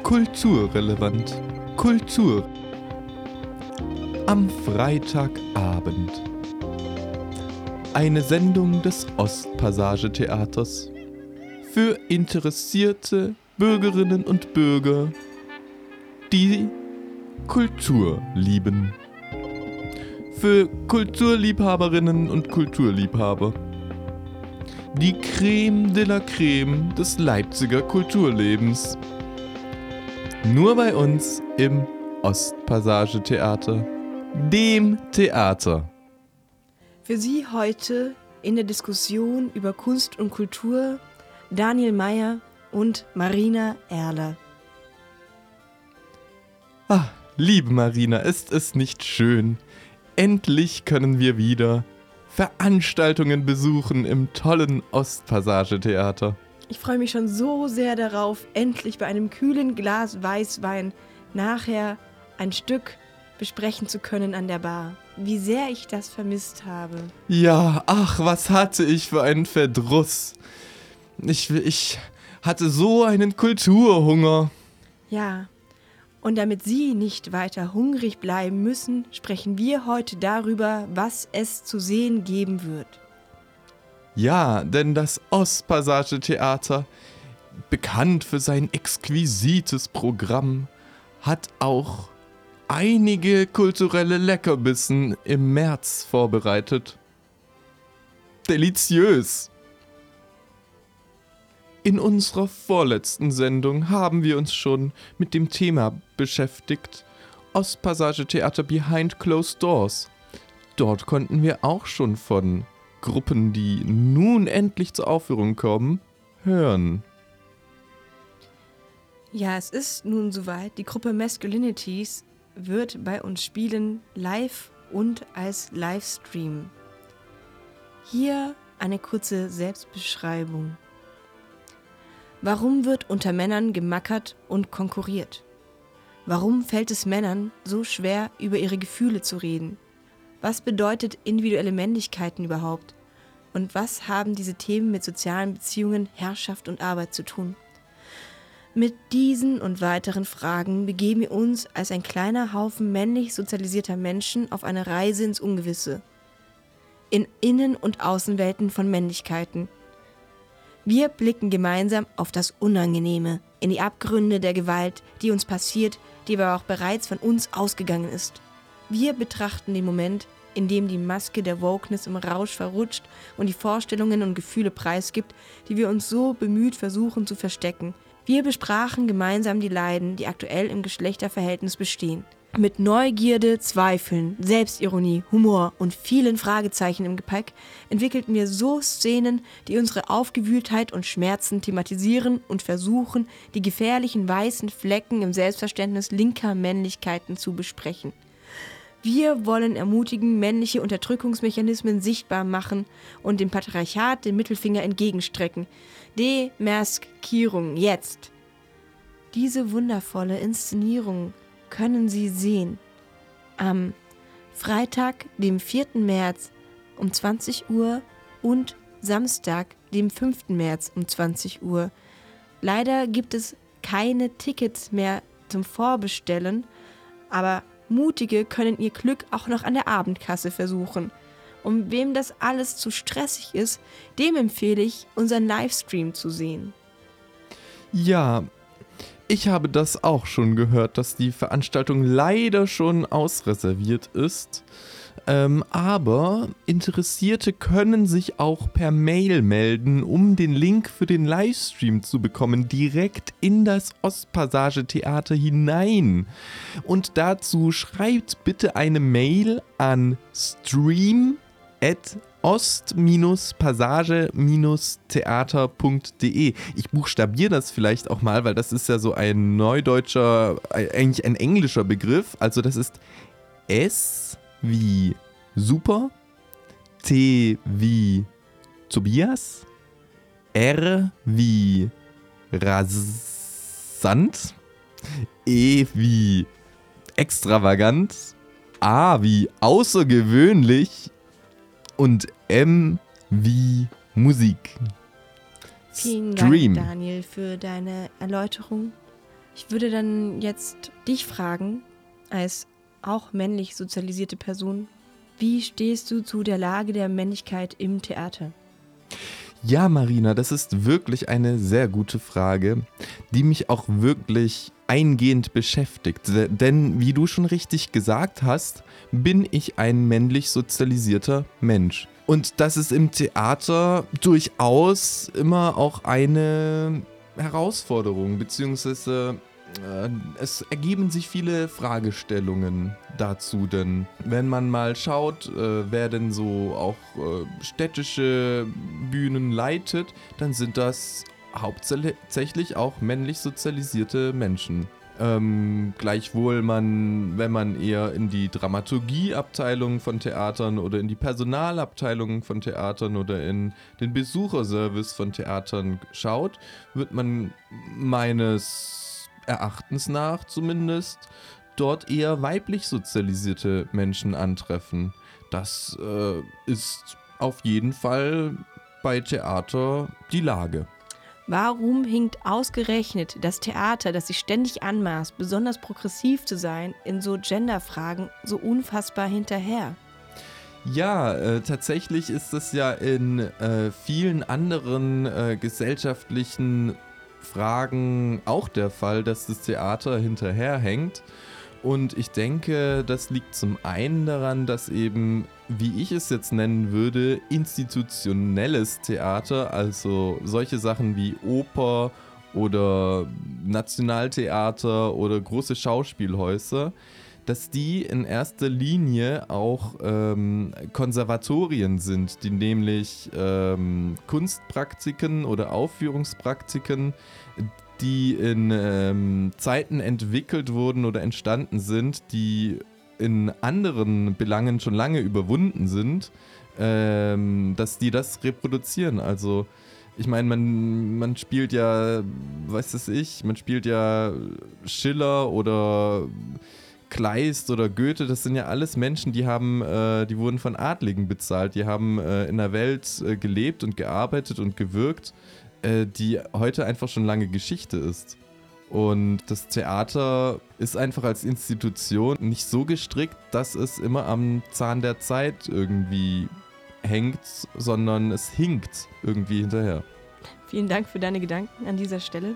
Kulturrelevant. Kultur. Am Freitagabend. Eine Sendung des Ostpassage-Theaters. Für interessierte Bürgerinnen und Bürger, die Kultur lieben. Für Kulturliebhaberinnen und Kulturliebhaber. Die Creme de la Creme des Leipziger Kulturlebens. Nur bei uns im Ostpassage-Theater, dem Theater. Für Sie heute in der Diskussion über Kunst und Kultur Daniel Meyer und Marina Erler. Liebe Marina, ist es nicht schön? Endlich können wir wieder Veranstaltungen besuchen im tollen Ostpassage-Theater. Ich freue mich schon so sehr darauf, endlich bei einem kühlen Glas Weißwein nachher ein Stück besprechen zu können an der Bar. Wie sehr ich das vermisst habe. Ja, was hatte ich für einen Verdruss. Ich hatte so einen Kulturhunger. Ja, und damit Sie nicht weiter hungrig bleiben müssen, sprechen wir heute darüber, was es zu sehen geben wird. Ja, denn das Ostpassage-Theater, bekannt für sein exquisites Programm, hat auch einige kulturelle Leckerbissen im März vorbereitet. Deliziös! In unserer vorletzten Sendung haben wir uns schon mit dem Thema beschäftigt, Ostpassage-Theater Behind Closed Doors. Dort konnten wir auch schon von Gruppen, die nun endlich zur Aufführung kommen, hören. Ja, es ist nun soweit. Die Gruppe Masculinities wird bei uns spielen, live und als Livestream. Hier eine kurze Selbstbeschreibung. Warum wird unter Männern gemackert und konkurriert? Warum fällt es Männern so schwer, über ihre Gefühle zu reden? Was bedeutet individuelle Männlichkeiten überhaupt? Und was haben diese Themen mit sozialen Beziehungen, Herrschaft und Arbeit zu tun? Mit diesen und weiteren Fragen begeben wir uns als ein kleiner Haufen männlich sozialisierter Menschen auf eine Reise ins Ungewisse. In Innen- und Außenwelten von Männlichkeiten. Wir blicken gemeinsam auf das Unangenehme, in die Abgründe der Gewalt, die uns passiert, die aber auch bereits von uns ausgegangen ist. Wir betrachten den Moment, in dem die Maske der Wokeness im Rausch verrutscht und die Vorstellungen und Gefühle preisgibt, die wir uns so bemüht versuchen zu verstecken. Wir besprachen gemeinsam die Leiden, die aktuell im Geschlechterverhältnis bestehen. Mit Neugierde, Zweifeln, Selbstironie, Humor und vielen Fragezeichen im Gepäck entwickelten wir so Szenen, die unsere Aufgewühltheit und Schmerzen thematisieren und versuchen, die gefährlichen weißen Flecken im Selbstverständnis linker Männlichkeiten zu besprechen. Wir wollen ermutigen, männliche Unterdrückungsmechanismen sichtbar machen und dem Patriarchat den Mittelfinger entgegenstrecken. Demaskierung jetzt! Diese wundervolle Inszenierung können Sie sehen am Freitag, dem 4. März um 20 Uhr und Samstag, dem 5. März um 20 Uhr. Leider gibt es keine Tickets mehr zum Vorbestellen, aber Mutige können ihr Glück auch noch an der Abendkasse versuchen. Und wem das alles zu stressig ist, dem empfehle ich, unseren Livestream zu sehen. Ja, ich habe das auch schon gehört, dass die Veranstaltung leider schon ausreserviert ist. Aber Interessierte können sich auch per Mail melden, um den Link für den Livestream zu bekommen, direkt in das Ostpassage-Theater hinein. Und dazu schreibt bitte eine Mail an stream@ost-passage-theater.de. Ich buchstabiere das vielleicht auch mal, weil das ist ja so ein neudeutscher, eigentlich ein englischer Begriff. Also das ist S wie Super, T wie Tobias, R wie rasant, E wie extravagant, A wie außergewöhnlich und M wie Musik. Vielen Stream. Dank, Daniel, für deine Erläuterung. Ich würde dann jetzt dich fragen, als auch männlich sozialisierte Person, wie stehst du zu der Lage der Männlichkeit im Theater? Ja, Marina, das ist wirklich eine sehr gute Frage, die mich auch wirklich eingehend beschäftigt. Denn, wie du schon richtig gesagt hast, bin ich ein männlich sozialisierter Mensch. Und das ist im Theater durchaus immer auch eine Herausforderung, beziehungsweise es ergeben sich viele Fragestellungen dazu, denn wenn man mal schaut, wer denn so auch städtische Bühnen leitet, dann sind das hauptsächlich auch männlich sozialisierte Menschen. Gleichwohl wenn man eher in die Dramaturgieabteilung von Theatern oder in die Personalabteilung von Theatern oder in den Besucherservice von Theatern schaut, wird man meines Erachtens nach zumindest dort eher weiblich sozialisierte Menschen antreffen. Das ist auf jeden Fall bei Theater die Lage. Warum hinkt ausgerechnet das Theater, das sich ständig anmaßt, besonders progressiv zu sein, in so Genderfragen so unfassbar hinterher? Ja, tatsächlich ist es ja in vielen anderen gesellschaftlichen Fragen auch der Fall, dass das Theater hinterherhängt. Und ich denke, das liegt zum einen daran, dass eben, wie ich es jetzt nennen würde, institutionelles Theater, also solche Sachen wie Oper oder Nationaltheater oder große Schauspielhäuser, dass die in erster Linie auch Konservatorien sind, die nämlich Kunstpraktiken oder Aufführungspraktiken, die in Zeiten entwickelt wurden oder entstanden sind, die in anderen Belangen schon lange überwunden sind, dass die das reproduzieren. Also ich meine, man spielt ja, man spielt ja Schiller oder Kleist oder Goethe, das sind ja alles Menschen, die wurden von Adligen bezahlt, die haben in der Welt gelebt und gearbeitet und gewirkt, die heute einfach schon lange Geschichte ist. Und das Theater ist einfach als Institution nicht so gestrickt, dass es immer am Zahn der Zeit irgendwie hängt, sondern es hinkt irgendwie hinterher. Vielen Dank für deine Gedanken an dieser Stelle.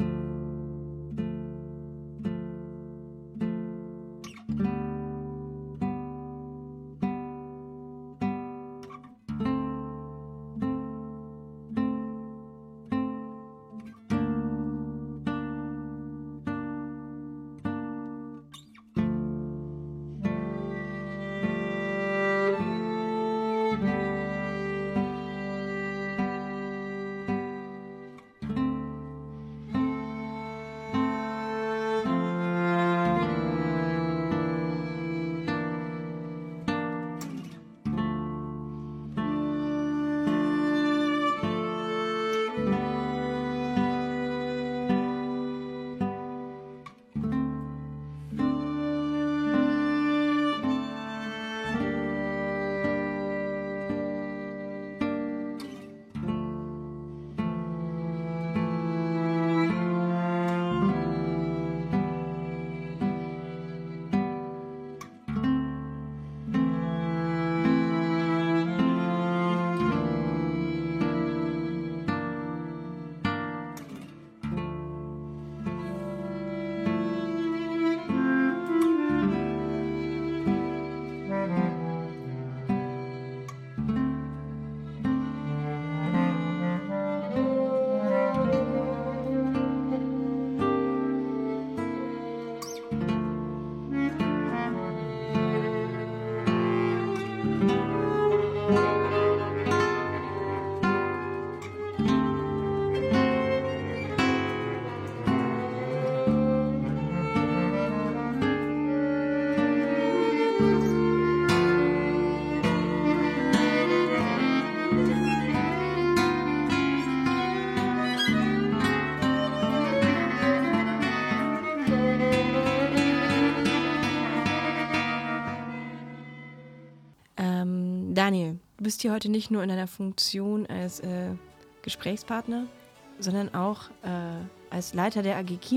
Daniel, du bist hier heute nicht nur in deiner Funktion als Gesprächspartner, sondern auch als Leiter der AG Kino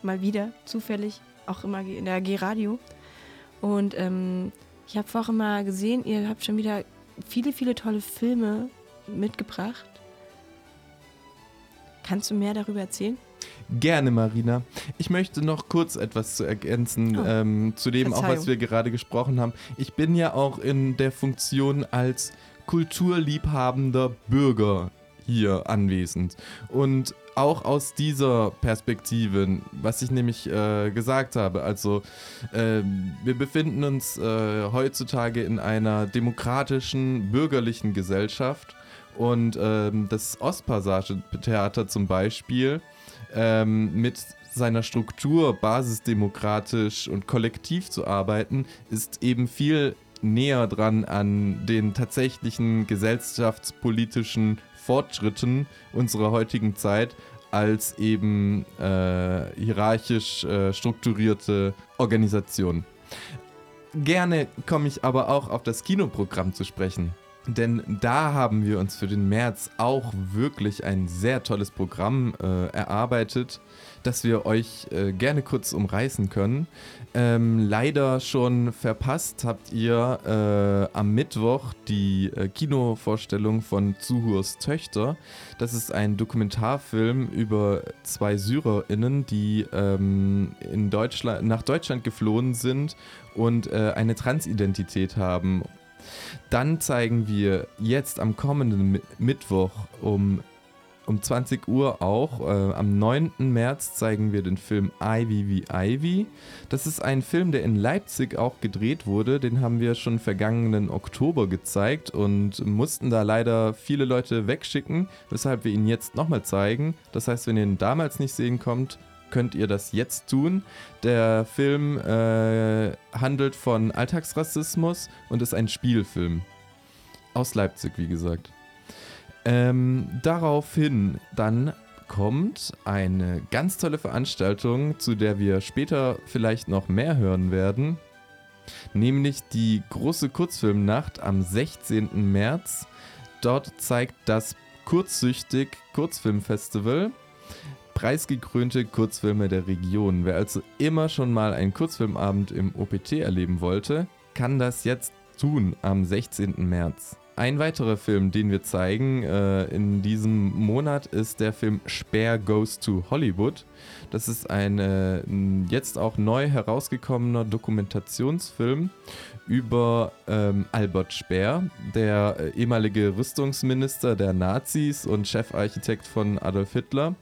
mal wieder, zufällig, auch immer in der G-Radio. Und ich habe vorhin mal gesehen, ihr habt schon wieder viele, viele tolle Filme mitgebracht. Kannst du mehr darüber erzählen? Gerne, Marina. Ich möchte noch kurz etwas zu ergänzen zu dem, auch was wir gerade gesprochen haben. Ich bin ja auch in der Funktion als kulturliebhabender Bürger hier anwesend. Und auch aus dieser Perspektive, was ich nämlich gesagt habe, also wir befinden uns heutzutage in einer demokratischen, bürgerlichen Gesellschaft und das Ostpassage-Theater zum Beispiel mit seiner Struktur basisdemokratisch und kollektiv zu arbeiten, ist eben viel näher dran an den tatsächlichen gesellschaftspolitischen Fortschritten unserer heutigen Zeit als eben hierarchisch strukturierte Organisationen. Gerne komme ich aber auch auf das Kinoprogramm zu sprechen. Denn da haben wir uns für den März auch wirklich ein sehr tolles Programm erarbeitet, das wir euch gerne kurz umreißen können. Leider schon verpasst habt ihr am Mittwoch die Kinovorstellung von Zuhurs Töchter. Das ist ein Dokumentarfilm über 2 SyrerInnen, die nach Deutschland geflohen sind und eine Transidentität haben. Dann zeigen wir jetzt am kommenden Mittwoch um 20 Uhr auch, am 9. März zeigen wir den Film Ivy wie Ivy. Das ist ein Film, der in Leipzig auch gedreht wurde. Den haben wir schon vergangenen Oktober gezeigt und mussten da leider viele Leute wegschicken, weshalb wir ihn jetzt nochmal zeigen. Das heißt, wenn ihr ihn damals nicht sehen könnt ihr das jetzt tun. Der Film handelt von Alltagsrassismus und ist ein Spielfilm. Aus Leipzig, wie gesagt. Daraufhin dann kommt eine ganz tolle Veranstaltung, zu der wir später vielleicht noch mehr hören werden. Nämlich die große Kurzfilmnacht am 16. März. Dort zeigt das Kurzsüchtig Kurzfilmfestival preisgekrönte Kurzfilme der Region. Wer also immer schon mal einen Kurzfilmabend im OPT erleben wollte, kann das jetzt tun am 16. März. Ein weiterer Film, den wir zeigen in diesem Monat, ist der Film Speer Goes to Hollywood. Das ist ein jetzt auch neu herausgekommener Dokumentationsfilm über Albert Speer, der ehemalige Rüstungsminister der Nazis und Chefarchitekt von Adolf Hitler.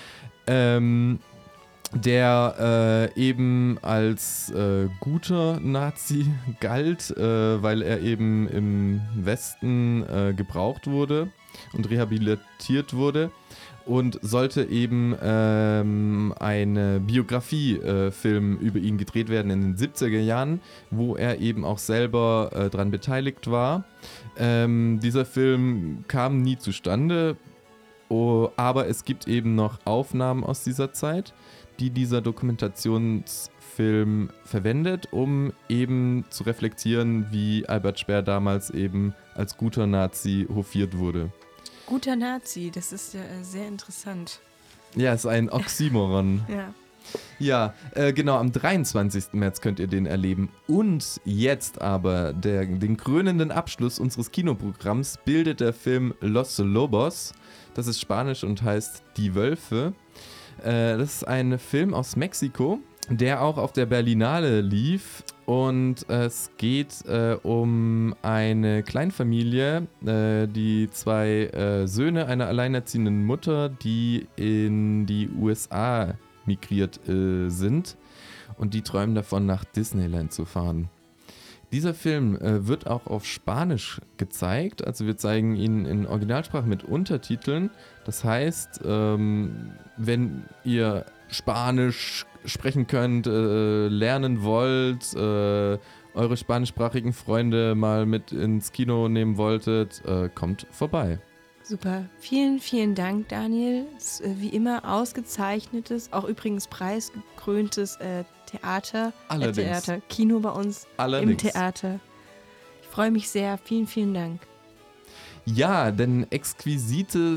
Der eben als guter Nazi galt, weil er eben im Westen gebraucht wurde und rehabilitiert wurde, und sollte eben eine Biografiefilm über ihn gedreht werden in den 70er Jahren, wo er eben auch selber dran beteiligt war. Dieser Film kam nie zustande, aber es gibt eben noch Aufnahmen aus dieser Zeit, die dieser Dokumentationsfilm verwendet, um eben zu reflektieren, wie Albert Speer damals eben als guter Nazi hofiert wurde. Guter Nazi, das ist ja sehr interessant. Ja, ist ein Oxymoron. Ja. Ja, genau, am 23. März könnt ihr den erleben. Und jetzt aber den krönenden Abschluss unseres Kinoprogramms bildet der Film Los Lobos. Das ist Spanisch und heißt Die Wölfe. Das ist ein Film aus Mexiko, der auch auf der Berlinale lief. Und es geht um eine Kleinfamilie, die 2 Söhne einer alleinerziehenden Mutter, die in die USA migriert sind. Und die träumen davon, nach Disneyland zu fahren. Dieser Film wird auch auf Spanisch gezeigt, also wir zeigen ihn in Originalsprache mit Untertiteln. Das heißt, wenn ihr Spanisch sprechen könnt, lernen wollt, eure spanischsprachigen Freunde mal mit ins Kino nehmen wolltet, kommt vorbei. Super. Vielen, vielen Dank, Daniel. Wie immer ausgezeichnetes, auch übrigens preisgekröntes Theater. Allerdings. Kino bei uns Allerdings. im Theater. Ich freue mich sehr. Vielen, vielen Dank. Ja, denn exquisites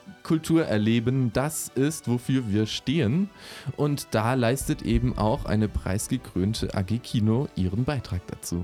Kultur erleben, das ist, wofür wir stehen. Und da leistet eben auch eine preisgekrönte AG Kino ihren Beitrag dazu.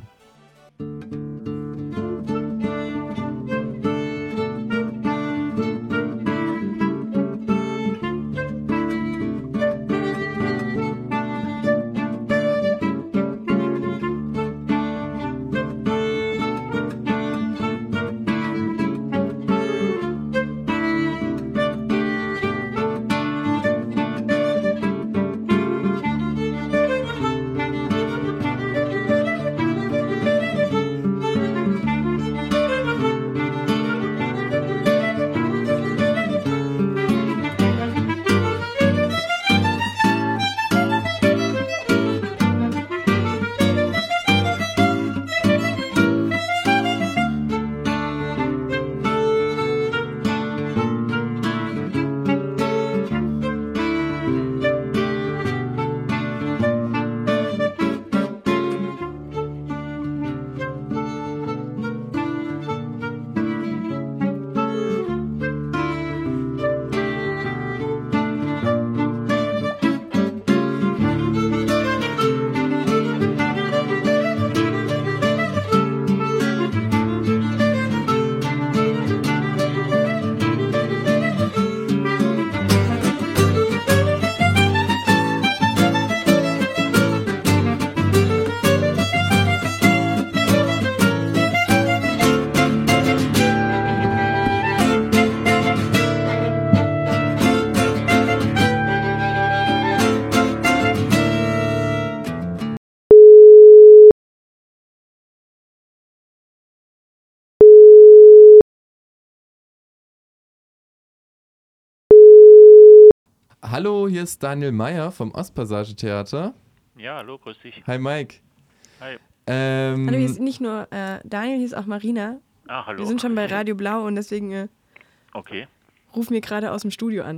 Hallo, hier ist Daniel Meyer vom Ostpassage-Theater. Ja, hallo, grüß dich. Hi Mike. Hi. Hallo, hier ist nicht nur Daniel, hier ist auch Marina. Hallo. Wir sind schon bei Radio Blau und deswegen Okay. rufen wir gerade aus dem Studio an.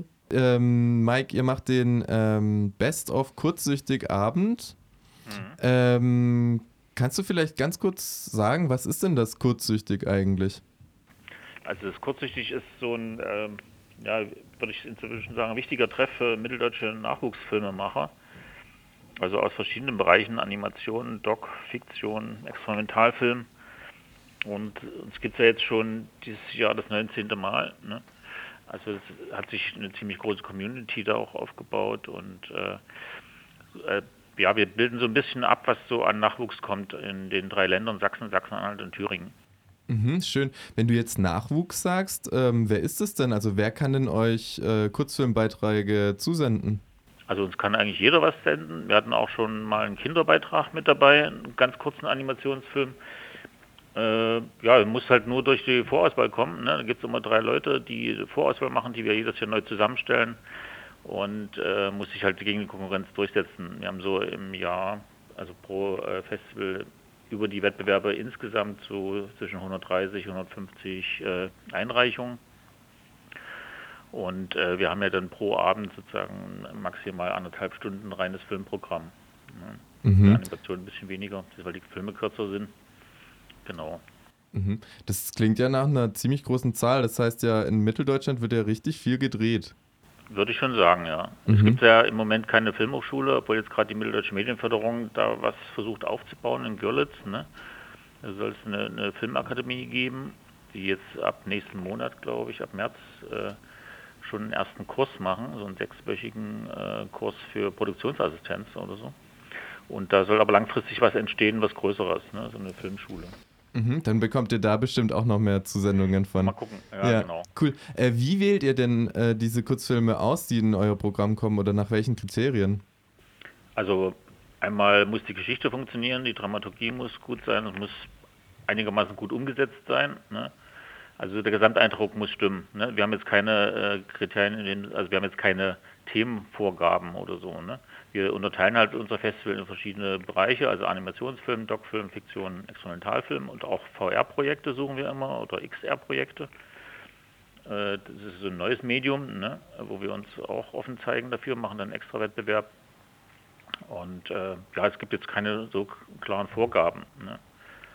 Mike, ihr macht den Best of Kurzsüchtig Abend. Kannst du vielleicht ganz kurz sagen, was ist denn das Kurzsüchtig eigentlich? Also das Kurzsichtig ist so ein, würde ich inzwischen sagen, wichtiger Treff für mitteldeutsche Nachwuchsfilmemacher. Also aus verschiedenen Bereichen, Animation, Doc, Fiktion, Experimentalfilm. Und uns gibt es ja jetzt schon dieses Jahr das 19. Mal. Ne? Also es hat sich eine ziemlich große Community da auch aufgebaut und wir bilden so ein bisschen ab, was so an Nachwuchs kommt in den 3 Ländern, Sachsen, Sachsen-Anhalt und Thüringen. Schön. Wenn du jetzt Nachwuchs sagst, wer ist es denn? Also wer kann denn euch Kurzfilmbeiträge zusenden? Also uns kann eigentlich jeder was senden. Wir hatten auch schon mal einen Kinderbeitrag mit dabei, einen ganz kurzen Animationsfilm. Du musst halt nur durch die Vorauswahl kommen. Ne? Da gibt es immer 3 Leute, die Vorauswahl machen, die wir jedes Jahr neu zusammenstellen und muss sich halt gegen die Konkurrenz durchsetzen. Wir haben so im Jahr, also pro Festival, über die Wettbewerbe insgesamt so zwischen 130 und 150 Einreichungen. Und wir haben ja dann pro Abend sozusagen maximal 1,5 Stunden reines Filmprogramm. Ne? Die Animation ein bisschen weniger, weil die Filme kürzer sind. Genau. Das klingt ja nach einer ziemlich großen Zahl. Das heißt ja, in Mitteldeutschland wird ja richtig viel gedreht. Würde ich schon sagen, ja. Es gibt ja im Moment keine Filmhochschule, obwohl jetzt gerade die Mitteldeutsche Medienförderung da was versucht aufzubauen in Görlitz. Ne? Da soll es eine Filmakademie geben, die jetzt ab nächsten Monat, glaube ich, ab März schon einen ersten Kurs machen, so einen 6-wöchigen Kurs für Produktionsassistenz oder so. Und da soll aber langfristig was entstehen, was Größeres, ne? So eine Filmschule. Dann bekommt ihr da bestimmt auch noch mehr Zusendungen von. Mal gucken, ja, genau. Cool. Wie wählt ihr denn diese Kurzfilme aus, die in euer Programm kommen oder nach welchen Kriterien? Also einmal muss die Geschichte funktionieren, die Dramaturgie muss gut sein und muss einigermaßen gut umgesetzt sein. Ne? Also der Gesamteindruck muss stimmen. Ne? Wir haben jetzt keine Kriterien, also wir haben jetzt keine Themenvorgaben oder so. Ne? Wir unterteilen halt unser Festival in verschiedene Bereiche, also Animationsfilm, Doc-Film, Fiktion, Experimentalfilm und auch VR-Projekte suchen wir immer oder XR-Projekte. Das ist so ein neues Medium, ne? Wo wir uns auch offen zeigen dafür, machen dann einen extra Wettbewerb. Und es gibt jetzt keine so klaren Vorgaben. Ne?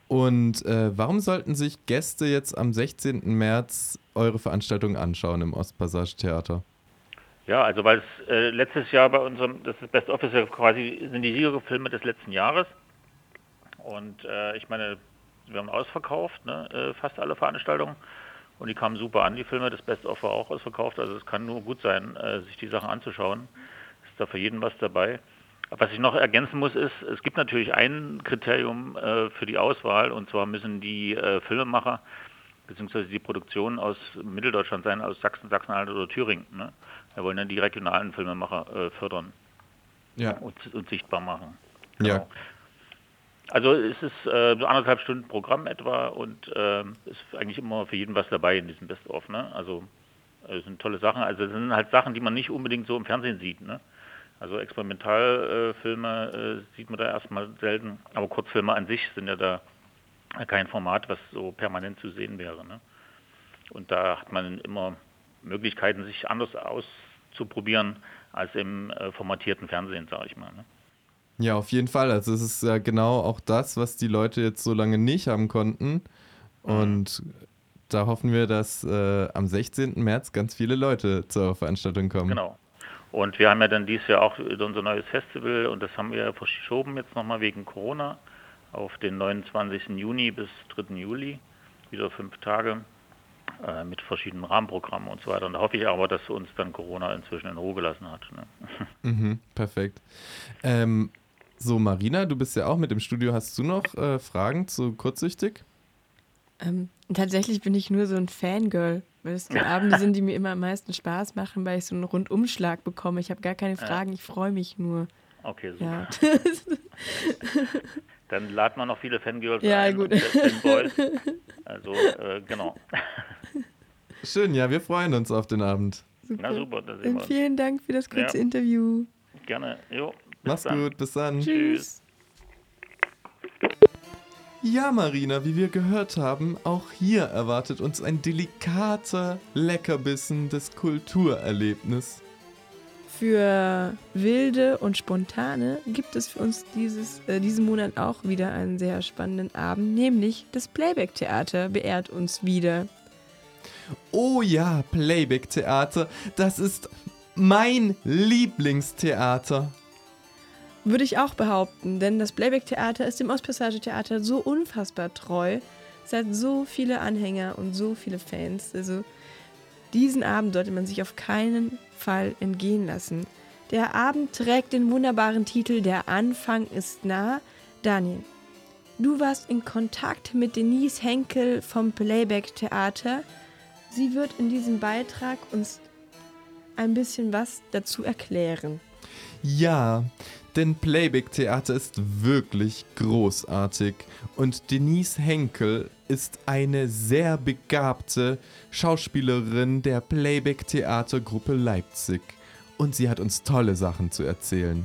Und warum sollten sich Gäste jetzt am 16. März eure Veranstaltung anschauen im Ostpassage Theater? Ja, also weil es letztes Jahr bei unserem, das ist Best of ist ja quasi, sind die Siegerfilme des letzten Jahres. Und ich meine, wir haben ausverkauft, ne, fast alle Veranstaltungen. Und die kamen super an, die Filme. Das Best of war auch ausverkauft. Also es kann nur gut sein, sich die Sachen anzuschauen. Ist da für jeden was dabei. Was ich noch ergänzen muss, ist, es gibt natürlich ein Kriterium für die Auswahl. Und zwar müssen die Filmemacher bzw. die Produktionen aus Mitteldeutschland sein, aus Sachsen, Sachsen-Anhalt oder Thüringen. Ne? Wir wollen dann die regionalen Filmemacher fördern und sichtbar machen. Genau. Ja. Also es ist so 1,5 Stunden Programm etwa und ist eigentlich immer für jeden was dabei in diesem Best-of. Ne? Also es sind tolle Sachen. Also es sind halt Sachen, die man nicht unbedingt so im Fernsehen sieht. Ne? Also Experimentalfilme sieht man da erstmal selten, aber Kurzfilme an sich sind ja da kein Format, was so permanent zu sehen wäre. Ne? Und da hat man immer Möglichkeiten, sich anders auszuprobieren als im formatierten Fernsehen, sage ich mal. Ne? Ja, auf jeden Fall. Also es ist ja genau auch das, was die Leute jetzt so lange nicht haben konnten. Und da hoffen wir, dass am 16. März ganz viele Leute zur Veranstaltung kommen. Genau. Und wir haben ja dann dieses Jahr auch unser neues Festival und das haben wir verschoben jetzt nochmal wegen Corona auf den 29. Juni bis 3. Juli. Wieder 5 Tage mit verschiedenen Rahmenprogrammen und so weiter. Und da hoffe ich aber, dass uns dann Corona inzwischen in Ruhe gelassen hat. Ne? Perfekt. So, Marina, du bist ja auch mit im Studio. Hast du noch Fragen zu Kurzsichtig? Tatsächlich bin ich nur so ein Fangirl, weil es die Abende sind, die mir immer am meisten Spaß machen, weil ich so einen Rundumschlag bekomme. Ich habe gar keine Fragen, ich freue mich nur. Okay, super. Ja. Dann laden wir noch viele Fangirls ein. Gut. Fanboys. Also, genau. Schön, ja, wir freuen uns auf den Abend. Super. Na super, da sehen wir uns. Vielen Dank für das kurze Interview. Gerne, jo. Mach's gut, bis dann. Tschüss. Ja, Marina, wie wir gehört haben, auch hier erwartet uns ein delikater Leckerbissen des Kulturerlebnis. Für Wilde und Spontane gibt es für uns diesen Monat auch wieder einen sehr spannenden Abend, nämlich das Playback-Theater beehrt uns wieder. Oh ja, Playback-Theater, das ist mein Lieblingstheater. Würde ich auch behaupten, denn das Playback-Theater ist dem Ostpassage-Theater so unfassbar treu. Es hat so viele Anhänger und so viele Fans. Also diesen Abend sollte man sich auf keinen Fall entgehen lassen. Der Abend trägt den wunderbaren Titel Der Anfang ist nah. Daniel, du warst in Kontakt mit Denise Henkel vom Playback-Theater. Sie wird in diesem Beitrag uns ein bisschen was dazu erklären. Ja, denn Playback-Theater ist wirklich großartig und Denise Henkel ist eine sehr begabte Schauspielerin der Playback-Theatergruppe Leipzig und sie hat uns tolle Sachen zu erzählen.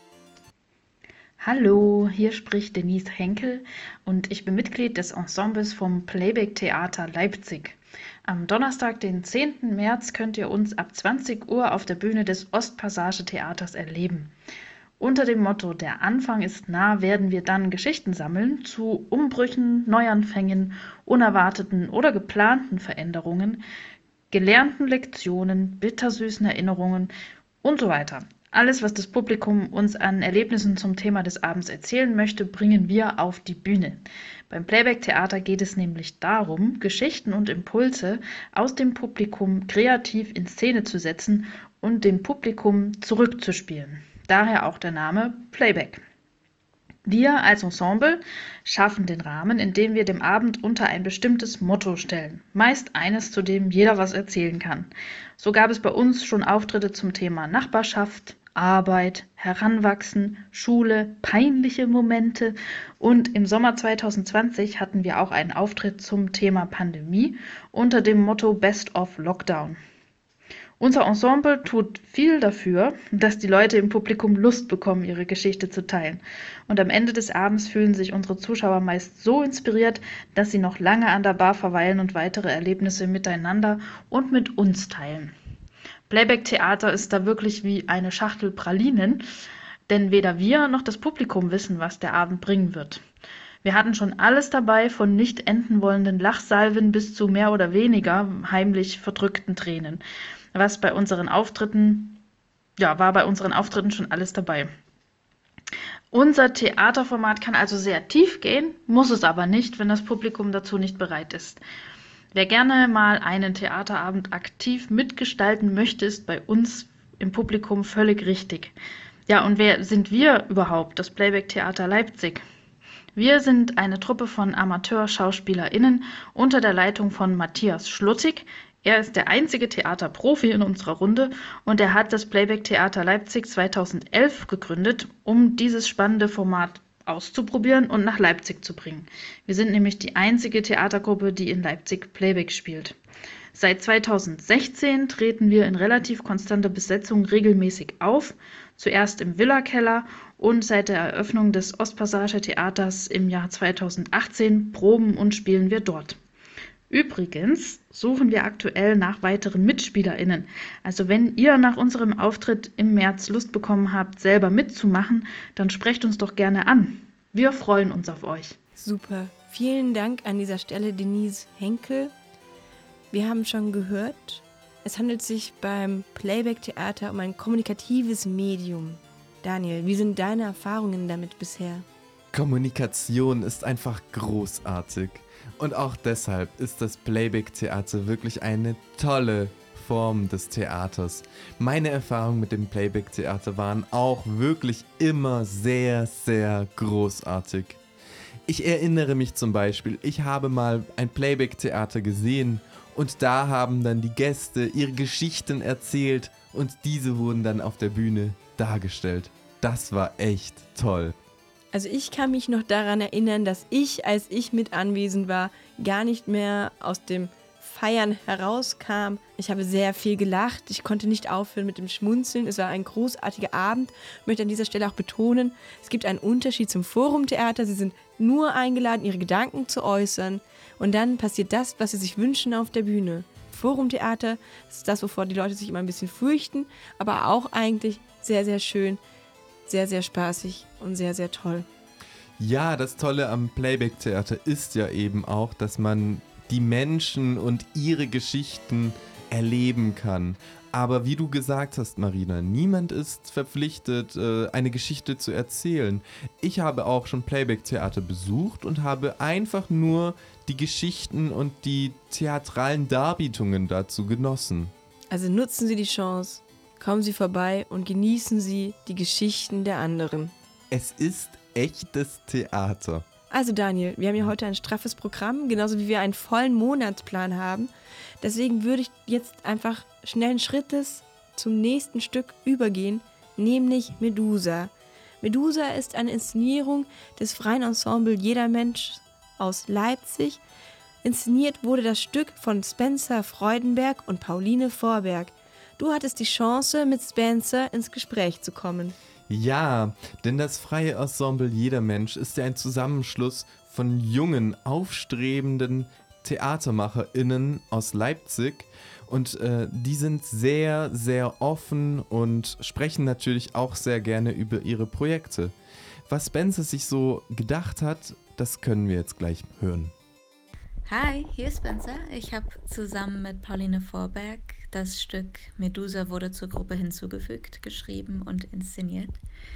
Hallo, hier spricht Denise Henkel und ich bin Mitglied des Ensembles vom Playback-Theater Leipzig. Am Donnerstag, den 10. März, könnt ihr uns ab 20 Uhr auf der Bühne des Ostpassage-Theaters erleben. Unter dem Motto Der Anfang ist nah werden wir dann Geschichten sammeln zu Umbrüchen, Neuanfängen, unerwarteten oder geplanten Veränderungen, gelernten Lektionen, bittersüßen Erinnerungen und so weiter. Alles, was das Publikum uns an Erlebnissen zum Thema des Abends erzählen möchte, bringen wir auf die Bühne. Beim Playback-Theater geht es nämlich darum, Geschichten und Impulse aus dem Publikum kreativ in Szene zu setzen und dem Publikum zurückzuspielen. Daher auch der Name Playback. Wir als Ensemble schaffen den Rahmen, indem wir dem Abend unter ein bestimmtes Motto stellen. Meist eines, zu dem jeder was erzählen kann. So gab es bei uns schon Auftritte zum Thema Nachbarschaft, Arbeit, Heranwachsen, Schule, peinliche Momente und im Sommer 2020 hatten wir auch einen Auftritt zum Thema Pandemie unter dem Motto Best of Lockdown. Unser Ensemble tut viel dafür, dass die Leute im Publikum Lust bekommen, ihre Geschichte zu teilen. Und am Ende des Abends fühlen sich unsere Zuschauer meist so inspiriert, dass sie noch lange an der Bar verweilen und weitere Erlebnisse miteinander und mit uns teilen. Playback-Theater ist da wirklich wie eine Schachtel Pralinen, denn weder wir noch das Publikum wissen, was der Abend bringen wird. Wir hatten schon alles dabei, von nicht enden wollenden Lachsalven bis zu mehr oder weniger heimlich verdrückten Tränen. War bei unseren Auftritten schon alles dabei. Unser Theaterformat kann also sehr tief gehen, muss es aber nicht, wenn das Publikum dazu nicht bereit ist. Wer gerne mal einen Theaterabend aktiv mitgestalten möchte, ist bei uns im Publikum völlig richtig. Ja, und wer sind wir überhaupt, das Playback Theater Leipzig? Wir sind eine Truppe von Amateur-SchauspielerInnen unter der Leitung von Matthias Schluttig. Er ist der einzige Theaterprofi in unserer Runde und er hat das Playback Theater Leipzig 2011 gegründet, um dieses spannende Format auszuprobieren und nach Leipzig zu bringen. Wir sind nämlich die einzige Theatergruppe, die in Leipzig Playback spielt. Seit 2016 treten wir in relativ konstanter Besetzung regelmäßig auf, zuerst im Villa-Keller und seit der Eröffnung des Ostpassage-Theaters im Jahr 2018 proben und spielen wir dort. Übrigens suchen wir aktuell nach weiteren MitspielerInnen. Also wenn ihr nach unserem Auftritt im März Lust bekommen habt, selber mitzumachen, dann sprecht uns doch gerne an. Wir freuen uns auf euch. Super. Vielen Dank an dieser Stelle, Denise Henkel. Wir haben schon gehört, es handelt sich beim Playback-Theater um ein kommunikatives Medium. Daniel, wie sind deine Erfahrungen damit bisher? Kommunikation ist einfach großartig. Und auch deshalb ist das Playback-Theater wirklich eine tolle Form des Theaters. Meine Erfahrungen mit dem Playback-Theater waren auch wirklich immer sehr, sehr großartig. Ich erinnere mich zum Beispiel, ich habe mal ein Playback-Theater gesehen und da haben dann die Gäste ihre Geschichten erzählt und diese wurden dann auf der Bühne dargestellt. Das war echt toll. Also ich kann mich noch daran erinnern, dass ich, als ich mit anwesend war, gar nicht mehr aus dem Feiern herauskam. Ich habe sehr viel gelacht, ich konnte nicht aufhören mit dem Schmunzeln. Es war ein großartiger Abend. Ich möchte an dieser Stelle auch betonen, es gibt einen Unterschied zum Forum-Theater. Sie sind nur eingeladen, ihre Gedanken zu äußern und dann passiert das, was sie sich wünschen auf der Bühne. Forum-Theater, das ist das, wovor die Leute sich immer ein bisschen fürchten, aber auch eigentlich sehr, sehr schön. Sehr, sehr spaßig und sehr, sehr toll. Ja, das Tolle am Playback-Theater ist ja eben auch, dass man die Menschen und ihre Geschichten erleben kann. Aber wie du gesagt hast, Marina, niemand ist verpflichtet, eine Geschichte zu erzählen. Ich habe auch schon Playback-Theater besucht und habe einfach nur die Geschichten und die theatralen Darbietungen dazu genossen. Also nutzen Sie die Chance. Kommen Sie vorbei und genießen Sie die Geschichten der anderen. Es ist echtes Theater. Also Daniel, wir haben ja heute ein straffes Programm, genauso wie wir einen vollen Monatsplan haben. Deswegen würde ich jetzt einfach schnellen Schrittes zum nächsten Stück übergehen, nämlich Medusa. Medusa ist eine Inszenierung des freien Ensemble Jeder Mensch aus Leipzig. Inszeniert wurde das Stück von Spencer Freudenberg und Pauline Vorberg. Du hattest die Chance, mit Spencer ins Gespräch zu kommen. Ja, denn das freie Ensemble Jeder Mensch ist ja ein Zusammenschluss von jungen, aufstrebenden TheatermacherInnen aus Leipzig und die sind sehr, sehr offen und sprechen natürlich auch sehr gerne über ihre Projekte. Was Spencer sich so gedacht hat, das können wir jetzt gleich hören. Hi, hier ist Spencer. Ich habe zusammen mit Pauline Vorberg das Stück Medusa wurde zur Gruppe hinzugefügt, geschrieben und inszeniert.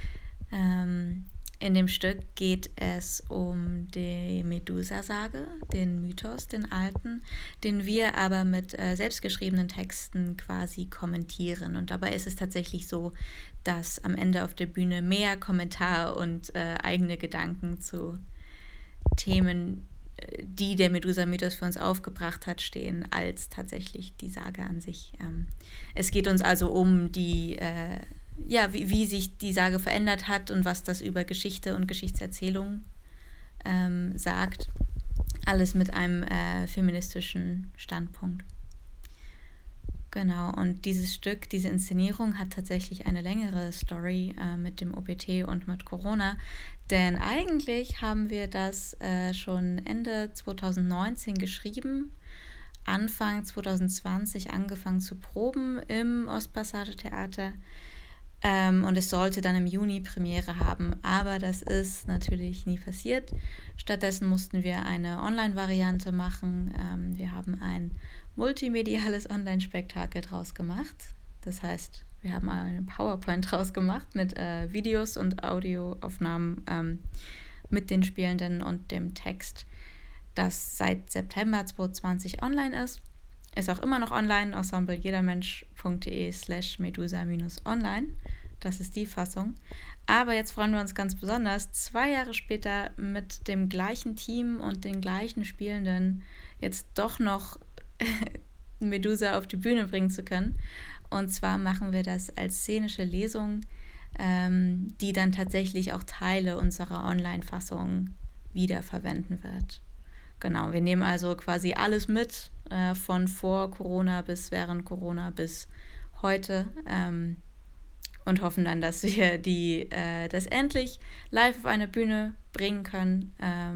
In dem Stück geht es um die Medusa-Sage, den Mythos, den alten, den wir aber mit selbstgeschriebenen Texten quasi kommentieren. Und dabei ist es tatsächlich so, dass am Ende auf der Bühne mehr Kommentar und eigene Gedanken zu Themen, die der Medusa-Mythos für uns aufgebracht hat, stehen, als tatsächlich die Sage an sich. Es geht uns also um die, wie sich die Sage verändert hat und was das über Geschichte und Geschichtserzählung sagt. Alles mit einem feministischen Standpunkt. Genau, und dieses Stück, diese Inszenierung hat tatsächlich eine längere Story mit dem OPT und mit Corona, denn eigentlich haben wir das schon Ende 2019 geschrieben, Anfang 2020 angefangen zu proben im Ostpassage-Theater Und es sollte dann im Juni Premiere haben, aber das ist natürlich nie passiert. Stattdessen mussten wir eine Online-Variante machen. Wir haben ein multimediales Online-Spektakel draus gemacht. Das heißt, wir haben eine PowerPoint draus gemacht mit Videos und Audioaufnahmen mit den Spielenden und dem Text, das seit September 2020 online ist. Ist auch immer noch online, ensemblejedermensch.de/medusa-online. Das ist die Fassung. Aber jetzt freuen wir uns ganz besonders, 2 Jahre später mit dem gleichen Team und den gleichen Spielenden jetzt doch noch Medusa auf die Bühne bringen zu können. Und zwar machen wir das als szenische Lesung, die dann tatsächlich auch Teile unserer Online-Fassung wiederverwenden wird. Genau, wir nehmen also quasi alles mit, von vor Corona bis während Corona bis heute, und hoffen dann, dass wir das endlich live auf eine Bühne bringen können.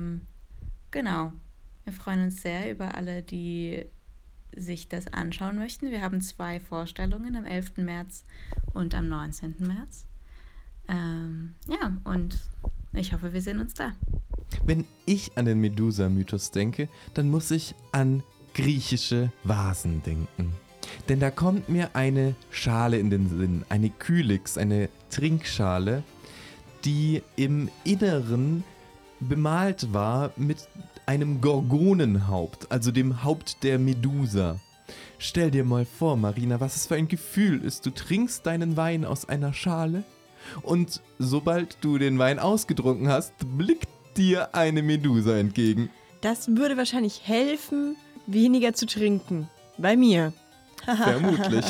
Genau, wir freuen uns sehr über alle, die sich das anschauen möchten. Wir haben 2 Vorstellungen am 11. März und am 19. März. Ja, und ich hoffe, wir sehen uns da. Wenn ich an den Medusa-Mythos denke, dann muss ich an griechische Vasen denken. Denn da kommt mir eine Schale in den Sinn, eine Kylix, eine Trinkschale, die im Inneren bemalt war mit einem Gorgonenhaupt, also dem Haupt der Medusa. Stell dir mal vor, Marina, was es für ein Gefühl ist. Du trinkst deinen Wein aus einer Schale und sobald du den Wein ausgetrunken hast, blickt dir eine Medusa entgegen. Das würde wahrscheinlich helfen, weniger zu trinken. Bei mir. Vermutlich.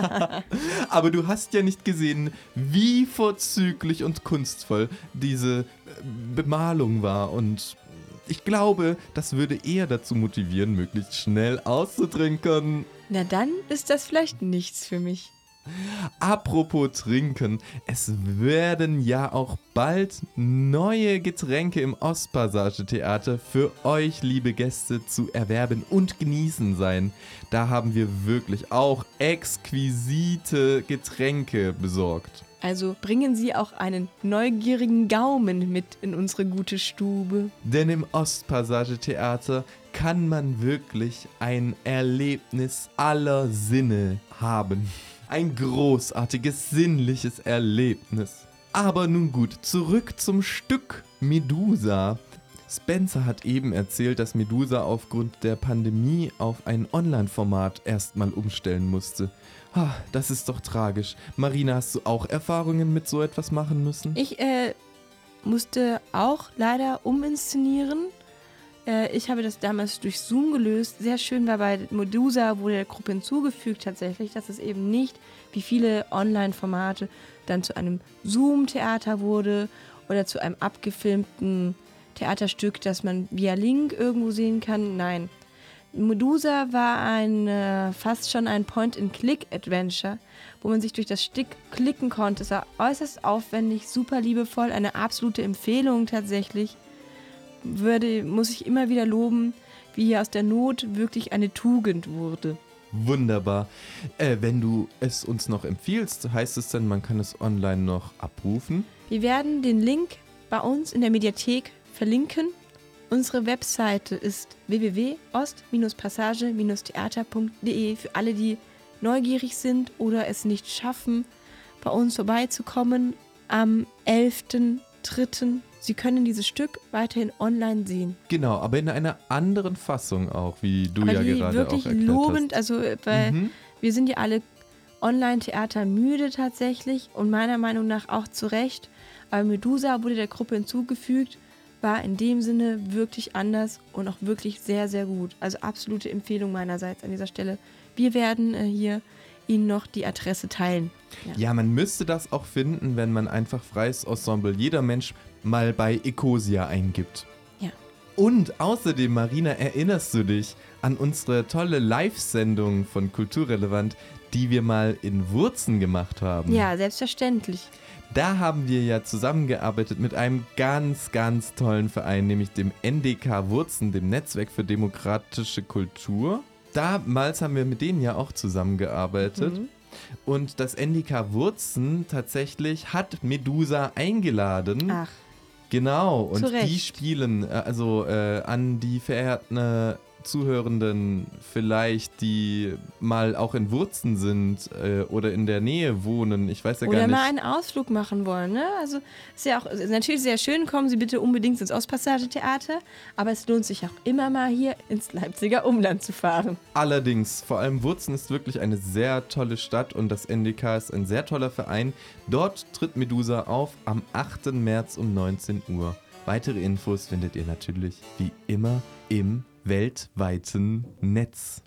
Aber du hast ja nicht gesehen, wie vorzüglich und kunstvoll diese Bemalung war. Und ich glaube, das würde eher dazu motivieren, möglichst schnell auszutrinken. Na dann ist das vielleicht nichts für mich. Apropos Trinken, es werden ja auch bald neue Getränke im Ostpassage-Theater für euch, liebe Gäste, zu erwerben und genießen sein. Da haben wir wirklich auch exquisite Getränke besorgt. Also bringen Sie auch einen neugierigen Gaumen mit in unsere gute Stube. Denn im Ostpassage-Theater kann man wirklich ein Erlebnis aller Sinne haben. Ein großartiges, sinnliches Erlebnis. Aber nun gut, zurück zum Stück Medusa. Spencer hat eben erzählt, dass Medusa aufgrund der Pandemie auf ein Online-Format erstmal umstellen musste. Das ist doch tragisch. Marina, hast du auch Erfahrungen mit so etwas machen müssen? Ich musste auch leider uminszenieren. Ich habe das damals durch Zoom gelöst. Sehr schön war, bei Medusa wurde der Gruppe hinzugefügt tatsächlich, dass es eben nicht wie viele Online-Formate dann zu einem Zoom-Theater wurde oder zu einem abgefilmten Theaterstück, das man via Link irgendwo sehen kann. Nein, Medusa war fast schon ein Point-and-Click-Adventure, wo man sich durch das Stück klicken konnte. Es war äußerst aufwendig, super liebevoll, eine absolute Empfehlung tatsächlich. Muss ich immer wieder loben, wie hier aus der Not wirklich eine Tugend wurde. Wunderbar. Wenn du es uns noch empfiehlst, heißt es dann, man kann es online noch abrufen? Wir werden den Link bei uns in der Mediathek verlinken. Unsere Webseite ist www.ost-passage-theater.de für alle, die neugierig sind oder es nicht schaffen, bei uns vorbeizukommen am 11.3. Sie können dieses Stück weiterhin online sehen. Genau, aber in einer anderen Fassung auch, wie du ja gerade auch wirklich erklärt lobend, hast. also weil wir sind ja alle Online-Theater müde tatsächlich und meiner Meinung nach auch zu Recht. Aber Medusa wurde der Gruppe hinzugefügt, war in dem Sinne wirklich anders und auch wirklich sehr, sehr gut. Also absolute Empfehlung meinerseits an dieser Stelle. Wir werden hier Ihnen noch die Adresse teilen. Ja, man müsste das auch finden, wenn man einfach freies Ensemble jeder Mensch mal bei Ecosia eingibt. Ja. Und außerdem, Marina, erinnerst du dich an unsere tolle Live-Sendung von Kulturrelevant, die wir mal in Wurzen gemacht haben? Ja, selbstverständlich. Da haben wir ja zusammengearbeitet mit einem ganz, ganz tollen Verein, nämlich dem NDK Wurzen, dem Netzwerk für demokratische Kultur. Damals haben wir mit denen ja auch zusammengearbeitet. Und das NDK Wurzen tatsächlich hat Medusa eingeladen. Ach, Genau, und Zu Recht. die spielen, an die verehrten Zuhörenden vielleicht, die mal auch in Wurzen sind oder in der Nähe wohnen, ich weiß ja oder gar mal nicht. einen Ausflug machen wollen, ne? Also ist ja auch ist natürlich sehr schön, kommen Sie bitte unbedingt ins Ostpassage-Theater, aber es lohnt sich auch immer mal hier ins Leipziger Umland zu fahren. Allerdings, vor allem Wurzen ist wirklich eine sehr tolle Stadt und das NDK ist ein sehr toller Verein. Dort tritt Medusa auf am 8. März um 19 Uhr. Weitere Infos findet ihr natürlich wie immer im weltweiten Netz.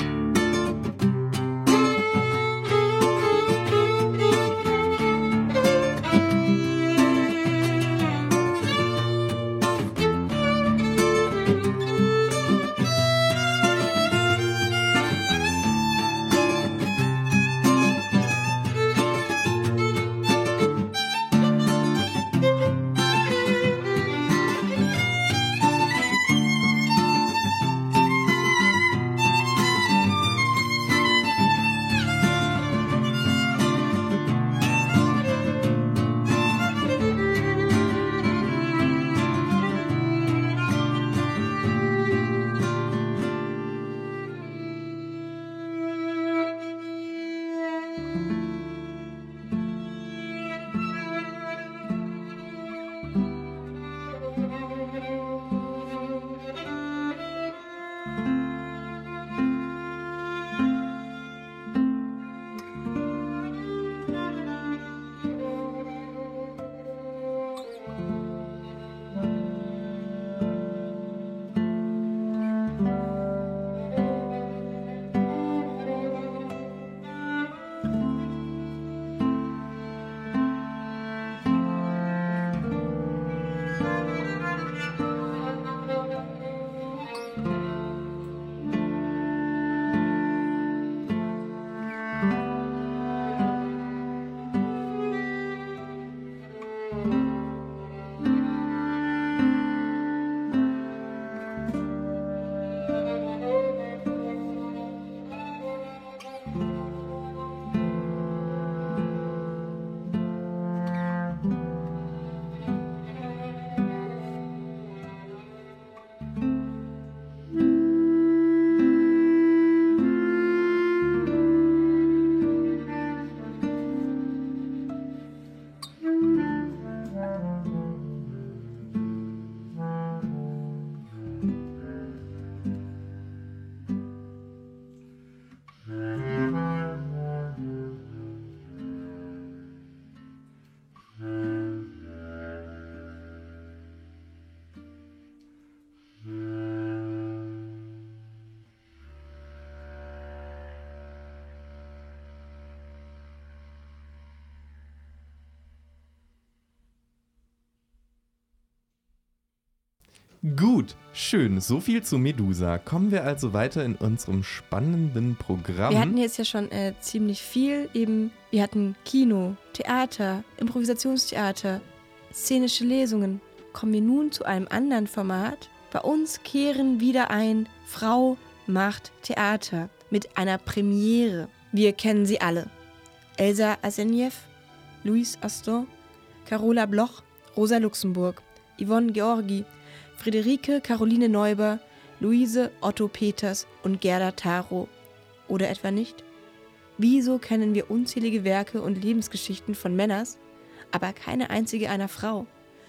Gut, schön. So viel zu Medusa. Kommen wir also weiter in unserem spannenden Programm. Wir hatten jetzt ja schon ziemlich viel. Eben, wir hatten Kino, Theater, Improvisationstheater, szenische Lesungen. Kommen wir nun zu einem anderen Format. Bei uns kehren wieder ein Frau macht Theater mit einer Premiere. Wir kennen sie alle. Elsa Arseniew, Louise Astor, Carola Bloch, Rosa Luxemburg, Yvonne Georgi, Friederike Caroline Neuber, Luise Otto Peters und Gerda Taro. Oder etwa nicht? Wieso kennen wir unzählige Werke und Lebensgeschichten von Männern, aber keine einzige einer Frau?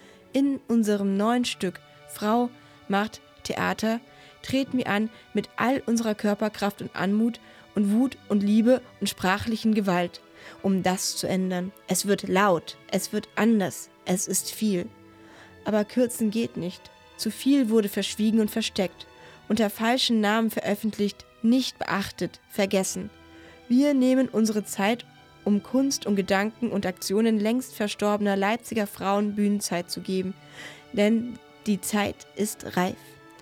In unserem neuen Stück Frau macht Theater treten wir an mit all unserer Körperkraft und Anmut und Wut und Liebe und sprachlichen Gewalt, um das zu ändern. Es wird laut, es wird anders, es ist viel. Aber kürzen geht nicht. Zu viel wurde verschwiegen und versteckt, unter falschen Namen veröffentlicht, nicht beachtet, vergessen. Wir nehmen unsere Zeit, um Kunst und Gedanken und Aktionen längst verstorbener Leipziger Frauen Bühnenzeit zu geben, denn die Zeit ist reif.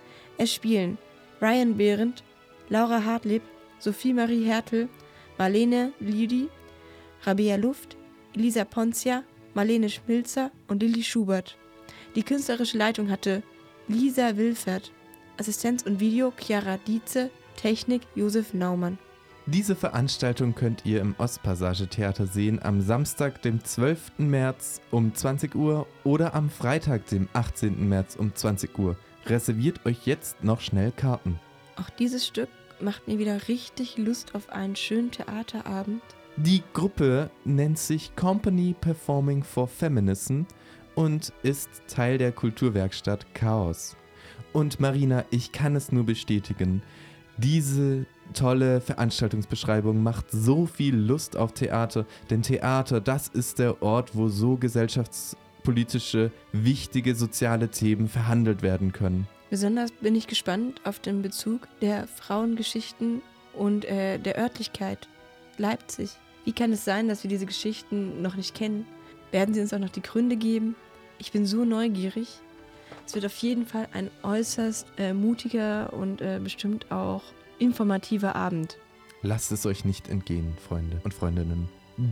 Es spielen Ryan Behrendt, Laura Hartlieb, Sophie Marie Hertel, Marlene Liedy, Rabea Luft, Elisa Ponzia, Marlene Schmilzer und Lilly Schubert. Die künstlerische Leitung hatte Lisa Wilfert, Assistenz und Video Chiara Dietze, Technik Josef Naumann. Diese Veranstaltung könnt ihr im Ostpassage-Theater sehen am Samstag, dem 12. März um 20 Uhr oder am Freitag, dem 18. März um 20 Uhr. Reserviert euch jetzt noch schnell Karten. Auch dieses Stück macht mir wieder richtig Lust auf einen schönen Theaterabend. Die Gruppe nennt sich Company Performing for Feminism und ist Teil der Kulturwerkstatt Chaos. Und Marina, ich kann es nur bestätigen, diese tolle Veranstaltungsbeschreibung macht so viel Lust auf Theater, denn Theater, das ist der Ort, wo so gesellschaftspolitische, wichtige soziale Themen verhandelt werden können. Besonders bin ich gespannt auf den Bezug der Frauengeschichten und der Örtlichkeit Leipzig. Wie kann es sein, dass wir diese Geschichten noch nicht kennen? Werden sie uns auch noch die Gründe geben? Ich bin so neugierig. Es wird auf jeden Fall ein äußerst mutiger und bestimmt auch informativer Abend. Lasst es euch nicht entgehen, Freunde und Freundinnen.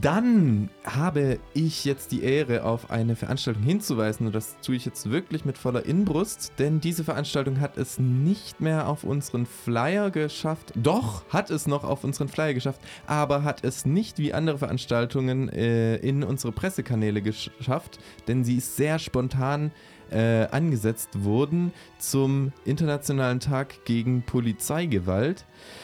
Dann habe ich jetzt die Ehre, auf eine Veranstaltung hinzuweisen und das tue ich jetzt wirklich mit voller Inbrust, denn diese Veranstaltung hat es nicht mehr auf unseren Flyer geschafft. Doch, hat es noch auf unseren Flyer geschafft, aber hat es nicht wie andere Veranstaltungen in unsere Pressekanäle geschafft, denn sie ist sehr spontan angesetzt worden zum Internationalen Tag gegen Polizeigewalt.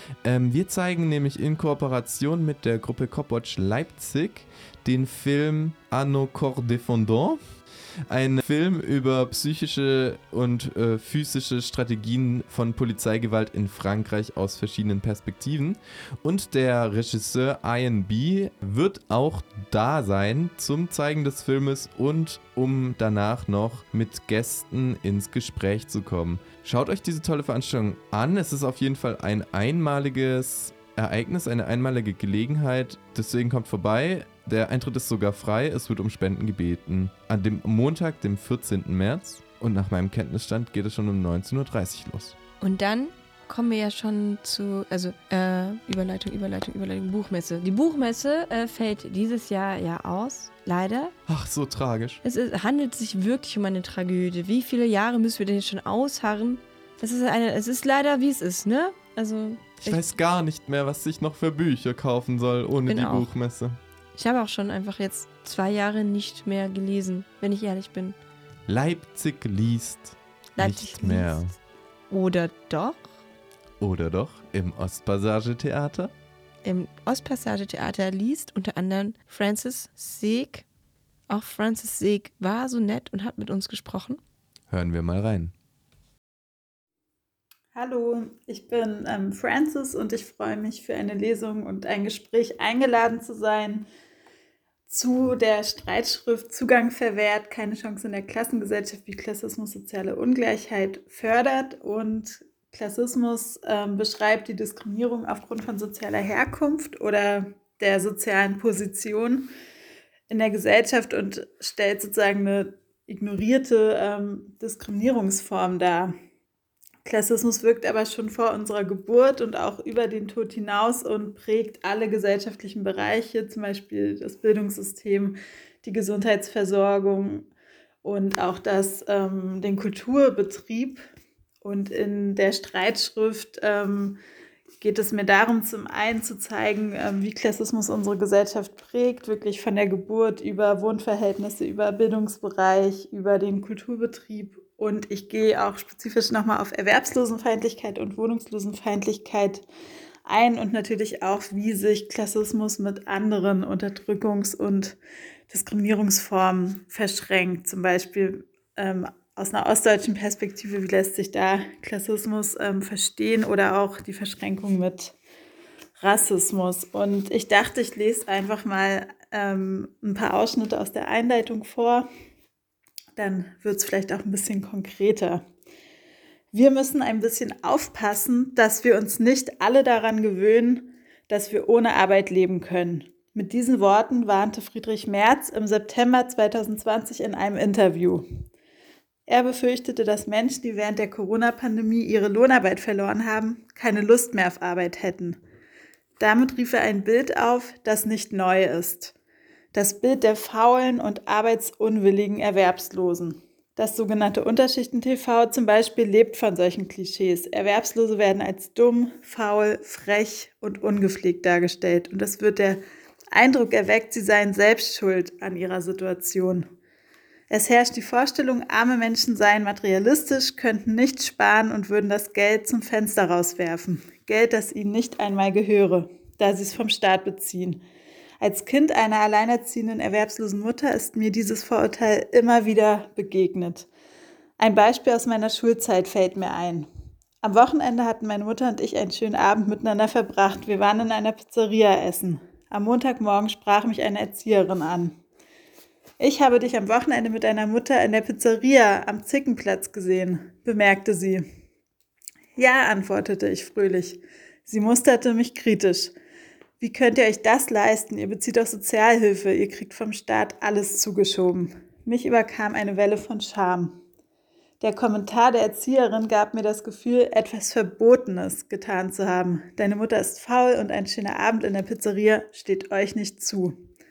Wir zeigen nämlich in Kooperation mit der Gruppe Copwatch Leipzig den Film À nos corps défendants. Ein Film über psychische und physische Strategien von Polizeigewalt in Frankreich aus verschiedenen Perspektiven. Und der Regisseur Ian B. wird auch da sein zum Zeigen des Filmes und um danach noch mit Gästen ins Gespräch zu kommen. Schaut euch diese tolle Veranstaltung an. Es ist auf jeden Fall ein einmaliges Ereignis, eine einmalige Gelegenheit. Deswegen kommt vorbei. Der Eintritt ist sogar frei. Es wird um Spenden gebeten. An dem Montag, dem 14. März. Und nach meinem Kenntnisstand geht es schon um 19:30 Uhr los. Und dann kommen wir ja schon zu, Überleitung, Buchmesse. Die Buchmesse fällt dieses Jahr ja aus, leider. Ach, so tragisch. Handelt sich wirklich um eine Tragödie. Wie viele Jahre müssen wir denn jetzt schon ausharren? Es ist leider, wie es ist, ne? Also ich weiß gar nicht mehr, was ich noch für Bücher kaufen soll ohne die Buchmesse. Ich habe auch schon einfach jetzt 2 Jahre nicht mehr gelesen, wenn ich ehrlich bin. Leipzig liest nicht mehr. Oder doch? Oder doch im Ostpassage-Theater? Im Ostpassage-Theater liest unter anderem Francis Seeg. Auch Francis Seeg war so nett und hat mit uns gesprochen. Hören wir mal rein. Hallo, ich bin Francis und ich freue mich für eine Lesung und ein Gespräch eingeladen zu sein zu der Streitschrift Zugang verwehrt, keine Chance in der Klassengesellschaft, wie Klassismus soziale Ungleichheit fördert. Und Klassismus beschreibt die Diskriminierung aufgrund von sozialer Herkunft oder der sozialen Position in der Gesellschaft und stellt sozusagen eine ignorierte Diskriminierungsform dar. Klassismus wirkt aber schon vor unserer Geburt und auch über den Tod hinaus und prägt alle gesellschaftlichen Bereiche, zum Beispiel das Bildungssystem, die Gesundheitsversorgung und auch den Kulturbetrieb. Und in der Streitschrift geht es mir darum, zum einen zu zeigen, wie Klassismus unsere Gesellschaft prägt, wirklich von der Geburt über Wohnverhältnisse, über Bildungsbereich, über den Kulturbetrieb. Und ich gehe auch spezifisch nochmal auf Erwerbslosenfeindlichkeit und Wohnungslosenfeindlichkeit ein und natürlich auch, wie sich Klassismus mit anderen Unterdrückungs- und Diskriminierungsformen verschränkt. Zum Beispiel aus einer ostdeutschen Perspektive, wie lässt sich da Klassismus verstehen oder auch die Verschränkung mit Rassismus. Und ich dachte, ich lese einfach mal ein paar Ausschnitte aus der Einleitung vor. Dann wird es vielleicht auch ein bisschen konkreter. Wir müssen ein bisschen aufpassen, dass wir uns nicht alle daran gewöhnen, dass wir ohne Arbeit leben können. Mit diesen Worten warnte Friedrich Merz im September 2020 in einem Interview. Er befürchtete, dass Menschen, die während der Corona-Pandemie ihre Lohnarbeit verloren haben, keine Lust mehr auf Arbeit hätten. Damit rief er ein Bild auf, das nicht neu ist. Das Bild der faulen und arbeitsunwilligen Erwerbslosen. Das sogenannte Unterschichten-TV zum Beispiel lebt von solchen Klischees. Erwerbslose werden als dumm, faul, frech und ungepflegt dargestellt. Und es wird der Eindruck erweckt, sie seien selbst schuld an ihrer Situation. Es herrscht die Vorstellung, arme Menschen seien materialistisch, könnten nicht sparen und würden das Geld zum Fenster rauswerfen. Geld, das ihnen nicht einmal gehöre, da sie es vom Staat beziehen. Als Kind einer alleinerziehenden erwerbslosen Mutter ist mir dieses Vorurteil immer wieder begegnet. Ein Beispiel aus meiner Schulzeit fällt mir ein. Am Wochenende hatten meine Mutter und ich einen schönen Abend miteinander verbracht. Wir waren in einer Pizzeria essen. Am Montagmorgen sprach mich eine Erzieherin an. Ich habe dich am Wochenende mit deiner Mutter in der Pizzeria am Zickenplatz gesehen, bemerkte sie. Ja, antwortete ich fröhlich. Sie musterte mich kritisch. Wie könnt ihr euch das leisten? Ihr bezieht doch Sozialhilfe, ihr kriegt vom Staat alles zugeschoben. Mich überkam eine Welle von Scham. Der Kommentar der Erzieherin gab mir das Gefühl, etwas Verbotenes getan zu haben. Deine Mutter ist faul und ein schöner Abend in der Pizzeria steht euch nicht zu.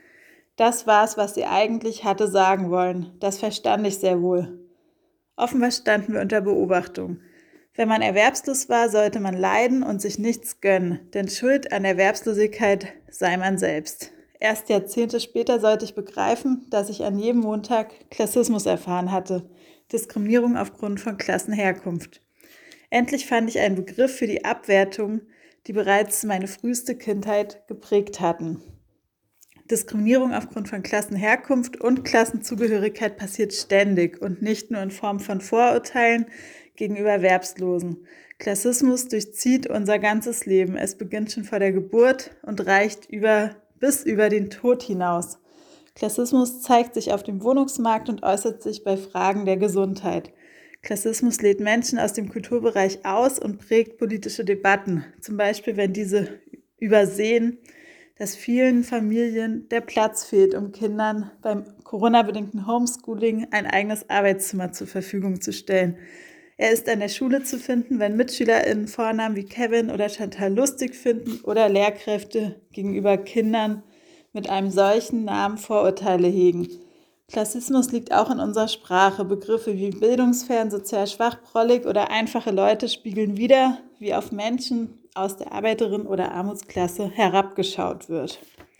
Das war's, was sie eigentlich hatte sagen wollen. Das verstand ich sehr wohl. Offenbar standen wir unter Beobachtung. Wenn man erwerbslos war, sollte man leiden und sich nichts gönnen, denn Schuld an Erwerbslosigkeit sei man selbst. Erst Jahrzehnte später sollte ich begreifen, dass ich an jedem Montag Klassismus erfahren hatte, Diskriminierung aufgrund von Klassenherkunft. Endlich fand ich einen Begriff für die Abwertung, die bereits meine früheste Kindheit geprägt hatten. Diskriminierung aufgrund von Klassenherkunft und Klassenzugehörigkeit passiert ständig und nicht nur in Form von Vorurteilen gegenüber Erwerbslosen. Klassismus durchzieht unser ganzes Leben. Es beginnt schon vor der Geburt und reicht bis über den Tod hinaus. Klassismus zeigt sich auf dem Wohnungsmarkt und äußert sich bei Fragen der Gesundheit. Klassismus lädt Menschen aus dem Kulturbereich aus und prägt politische Debatten. Zum Beispiel, wenn diese übersehen, dass vielen Familien der Platz fehlt, um Kindern beim Corona-bedingten Homeschooling ein eigenes Arbeitszimmer zur Verfügung zu stellen. Er ist an der Schule zu finden, wenn MitschülerInnen Vornamen wie Kevin oder Chantal lustig finden oder Lehrkräfte gegenüber Kindern mit einem solchen Namen Vorurteile hegen. Klassismus liegt auch in unserer Sprache. Begriffe wie bildungsfern, sozial schwach, prollig oder einfache Leute spiegeln wider, wie auf Menschen aus der Arbeiterin- oder Armutsklasse herabgeschaut wird.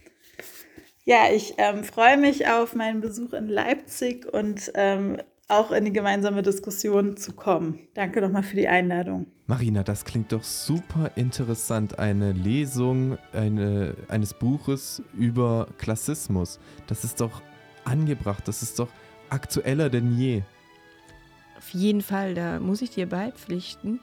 Ja, ich freue mich auf meinen Besuch in Leipzig und auch in die gemeinsame Diskussion zu kommen. Danke nochmal für die Einladung. Marina, das klingt doch super interessant. Eine Lesung eines Buches über Klassismus. Das ist doch angebracht, das ist doch aktueller denn je. Auf jeden Fall, da muss ich dir beipflichten.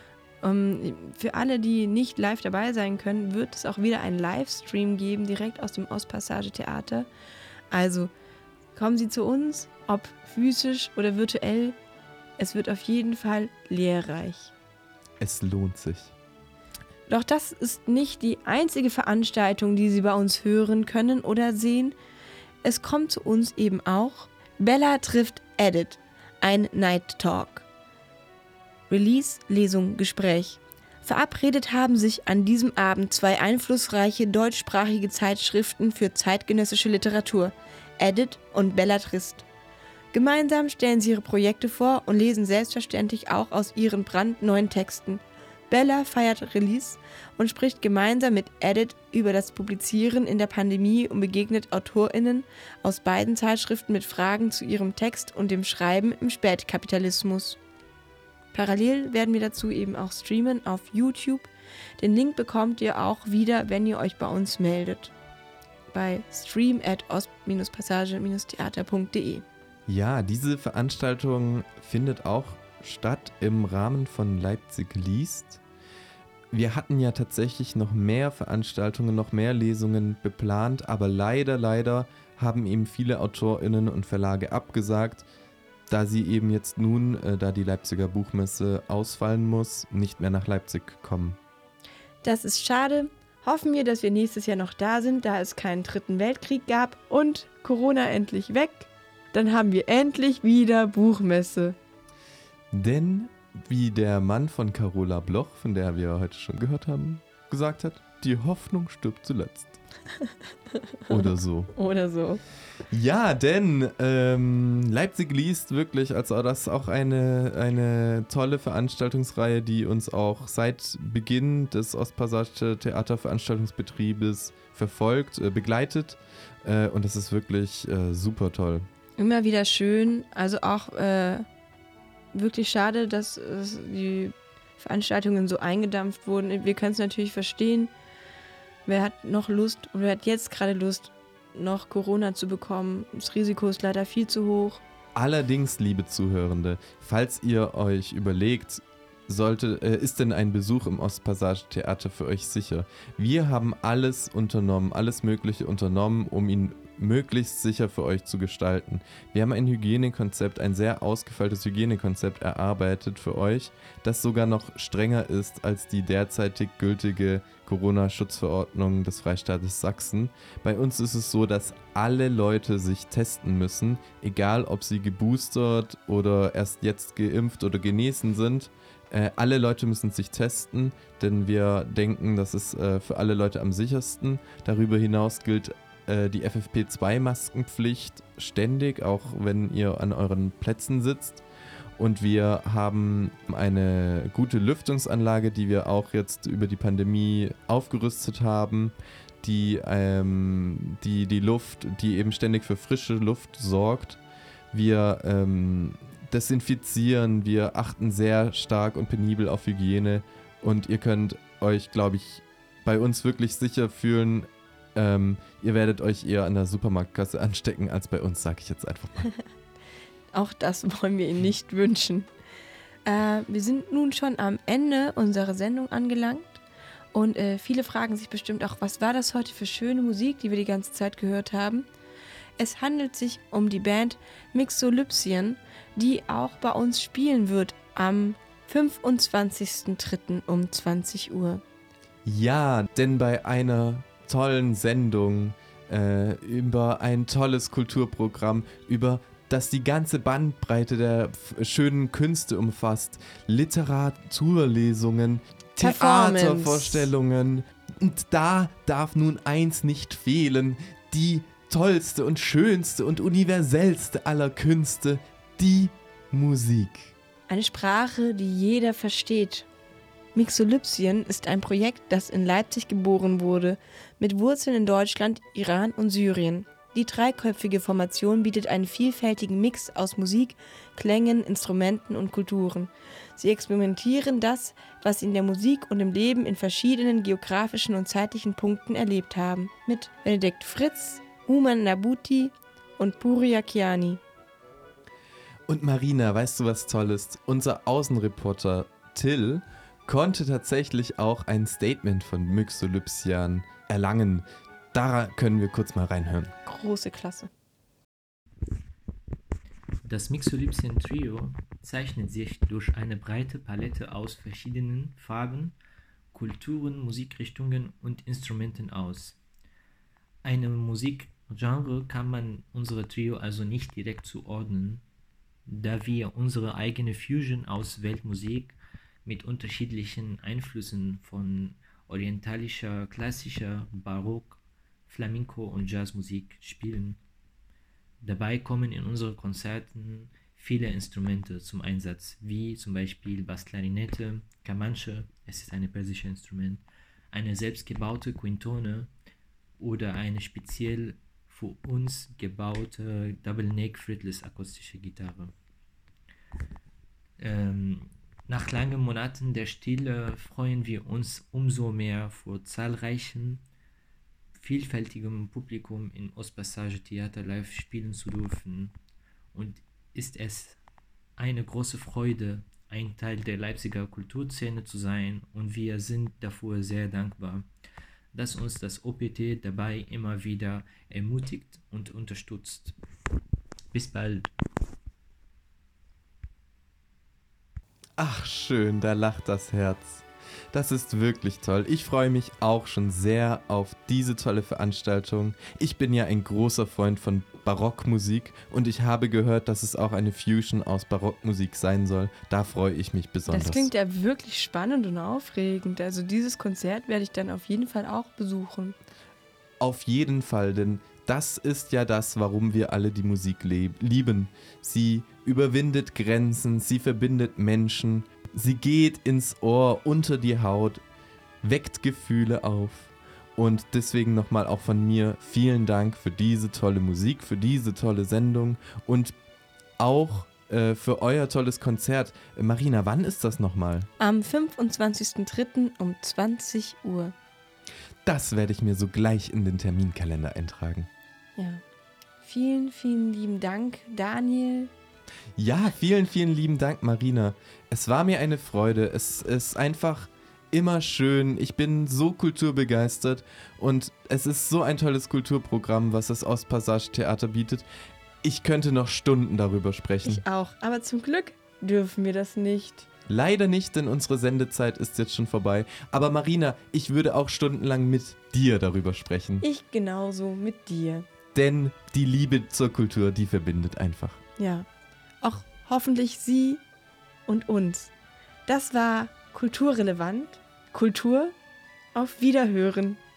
Für alle, die nicht live dabei sein können, wird es auch wieder einen Livestream geben, direkt aus dem Ostpassage Theater. Also kommen Sie zu uns, ob physisch oder virtuell. Es wird auf jeden Fall lehrreich. Es lohnt sich. Doch das ist nicht die einzige Veranstaltung, die Sie bei uns hören können oder sehen. Es kommt zu uns eben auch Bella trifft Edit, ein Night Talk. Release, Lesung, Gespräch. Verabredet haben sich an diesem Abend zwei einflussreiche deutschsprachige Zeitschriften für zeitgenössische Literatur, Edit und Bellatrist. Gemeinsam stellen sie ihre Projekte vor und lesen selbstverständlich auch aus ihren brandneuen Texten. Bella feiert Release und spricht gemeinsam mit Edit über das Publizieren in der Pandemie und begegnet AutorInnen aus beiden Zeitschriften mit Fragen zu ihrem Text und dem Schreiben im Spätkapitalismus. Parallel werden wir dazu eben auch streamen auf YouTube. Den Link bekommt ihr auch wieder, wenn ihr euch bei uns meldet. Bei stream@ost-passage-theater.de. Ja, diese Veranstaltung findet auch statt im Rahmen von Leipzig liest. Wir hatten ja tatsächlich noch mehr Veranstaltungen, noch mehr Lesungen geplant, aber leider haben eben viele AutorInnen und Verlage abgesagt, da sie eben jetzt nun, da die Leipziger Buchmesse ausfallen muss, nicht mehr nach Leipzig kommen. Das ist schade. Hoffen wir, dass wir nächstes Jahr noch da sind, da es keinen dritten Weltkrieg gab und Corona endlich weg. Dann haben wir endlich wieder Buchmesse. Denn, wie der Mann von Carola Bloch, von der wir heute schon gehört haben, gesagt hat, die Hoffnung stirbt zuletzt. Oder so. Oder so. Ja, denn Leipzig liest wirklich, also das ist auch eine tolle Veranstaltungsreihe, die uns auch seit Beginn des Ostpassage Theaterveranstaltungsbetriebes verfolgt, begleitet. Und das ist wirklich super toll. Immer wieder schön, also auch wirklich schade, dass die Veranstaltungen so eingedampft wurden. Wir können es natürlich verstehen. Wer hat noch Lust, oder wer hat jetzt gerade Lust, noch Corona zu bekommen? Das Risiko ist leider viel zu hoch. Allerdings, liebe Zuhörende, falls ihr euch überlegt, ist denn ein Besuch im Ostpassage Theater für euch sicher? Wir haben alles Mögliche unternommen, um ihn möglichst sicher für euch zu gestalten. Wir haben ein sehr ausgefeiltes Hygienekonzept erarbeitet für euch, das sogar noch strenger ist als die derzeitig gültige Corona-Schutzverordnung des Freistaates Sachsen. Bei uns ist es so, dass alle Leute sich testen müssen, egal ob sie geboostert oder erst jetzt geimpft oder genesen sind. Alle Leute müssen sich testen, denn wir denken, das ist für alle Leute am sichersten. Darüber hinaus gilt die FFP2-Maskenpflicht ständig, auch wenn ihr an euren Plätzen sitzt. Und wir haben eine gute Lüftungsanlage, die wir auch jetzt über die Pandemie aufgerüstet haben, die Luft, die eben ständig für frische Luft sorgt. Wir desinfizieren, wir achten sehr stark und penibel auf Hygiene und ihr könnt euch, glaube ich, bei uns wirklich sicher fühlen, ihr werdet euch eher an der Supermarktkasse anstecken als bei uns, sage ich jetzt einfach mal. Auch das wollen wir Ihnen nicht wünschen. Wir sind nun schon am Ende unserer Sendung angelangt und viele fragen sich bestimmt auch, was war das heute für schöne Musik, die wir die ganze Zeit gehört haben? Es handelt sich um die Band Mixolypsien, die auch bei uns spielen wird am 25.03. um 20 Uhr. Ja, denn bei einer tollen Sendung über ein tolles Kulturprogramm, über das die ganze Bandbreite der schönen Künste umfasst, Literaturlesungen, Theatervorstellungen. Und da darf nun eins nicht fehlen, die tollste und schönste und universellste aller Künste, die Musik. Eine Sprache, die jeder versteht. Mixolypsien ist ein Projekt, das in Leipzig geboren wurde, mit Wurzeln in Deutschland, Iran und Syrien. Die dreiköpfige Formation bietet einen vielfältigen Mix aus Musik, Klängen, Instrumenten und Kulturen. Sie experimentieren das, was sie in der Musik und im Leben in verschiedenen geografischen und zeitlichen Punkten erlebt haben. Mit Benedikt Fritz, Human Nabuti und Puria Kiani. Und Marina, weißt du, was toll ist? Unser Außenreporter Till konnte tatsächlich auch ein Statement von Mixolypsien erlangen. Da können wir kurz mal reinhören. Große Klasse. Das Mixolypsien Trio zeichnet sich durch eine breite Palette aus verschiedenen Farben, Kulturen, Musikrichtungen und Instrumenten aus. Einem Musikgenre kann man unser Trio also nicht direkt zuordnen, da wir unsere eigene Fusion aus Weltmusik mit unterschiedlichen Einflüssen von orientalischer, klassischer, Barock, Flamenco und Jazzmusik spielen. Dabei kommen in unseren Konzerten viele Instrumente zum Einsatz, wie zum Beispiel Bassklarinette, Kamanche, es ist ein persisches Instrument, eine selbstgebaute Quintone oder eine speziell für uns gebaute Double Neck Fretless akustische Gitarre. Nach langen Monaten der Stille freuen wir uns umso mehr vor zahlreichen, vielfältigem Publikum im Ostpassage Theater live spielen zu dürfen und ist es eine große Freude, ein Teil der Leipziger Kulturszene zu sein und wir sind dafür sehr dankbar, dass uns das OPT dabei immer wieder ermutigt und unterstützt. Bis bald. Ach schön, da lacht das Herz. Das ist wirklich toll. Ich freue mich auch schon sehr auf diese tolle Veranstaltung. Ich bin ja ein großer Freund von Barockmusik und ich habe gehört, dass es auch eine Fusion aus Barockmusik sein soll. Da freue ich mich besonders. Das klingt ja wirklich spannend und aufregend. Also dieses Konzert werde ich dann auf jeden Fall auch besuchen. Auf jeden Fall, denn das ist ja das, warum wir alle die Musik lieben. Sie überwindet Grenzen, sie verbindet Menschen, sie geht ins Ohr, unter die Haut, weckt Gefühle auf. Und deswegen nochmal auch von mir vielen Dank für diese tolle Musik, für diese tolle Sendung und auch für euer tolles Konzert. Marina, wann ist das nochmal? Am 25.03. um 20 Uhr. Das werde ich mir so gleich in den Terminkalender eintragen. Ja. Vielen, vielen lieben Dank, Daniel. Ja, vielen, vielen lieben Dank, Marina. Es war mir eine Freude. Es ist einfach immer schön. Ich bin so kulturbegeistert und es ist so ein tolles Kulturprogramm, was das Ostpassage Theater bietet. Ich könnte noch Stunden darüber sprechen. Ich auch, aber zum Glück dürfen wir das nicht. Leider nicht, denn unsere Sendezeit ist jetzt schon vorbei. Aber Marina, ich würde auch stundenlang mit dir darüber sprechen. Ich genauso mit dir. Denn die Liebe zur Kultur, die verbindet einfach. Ja, auch hoffentlich Sie und uns. Das war Kulturrelevant. Kultur auf Wiederhören.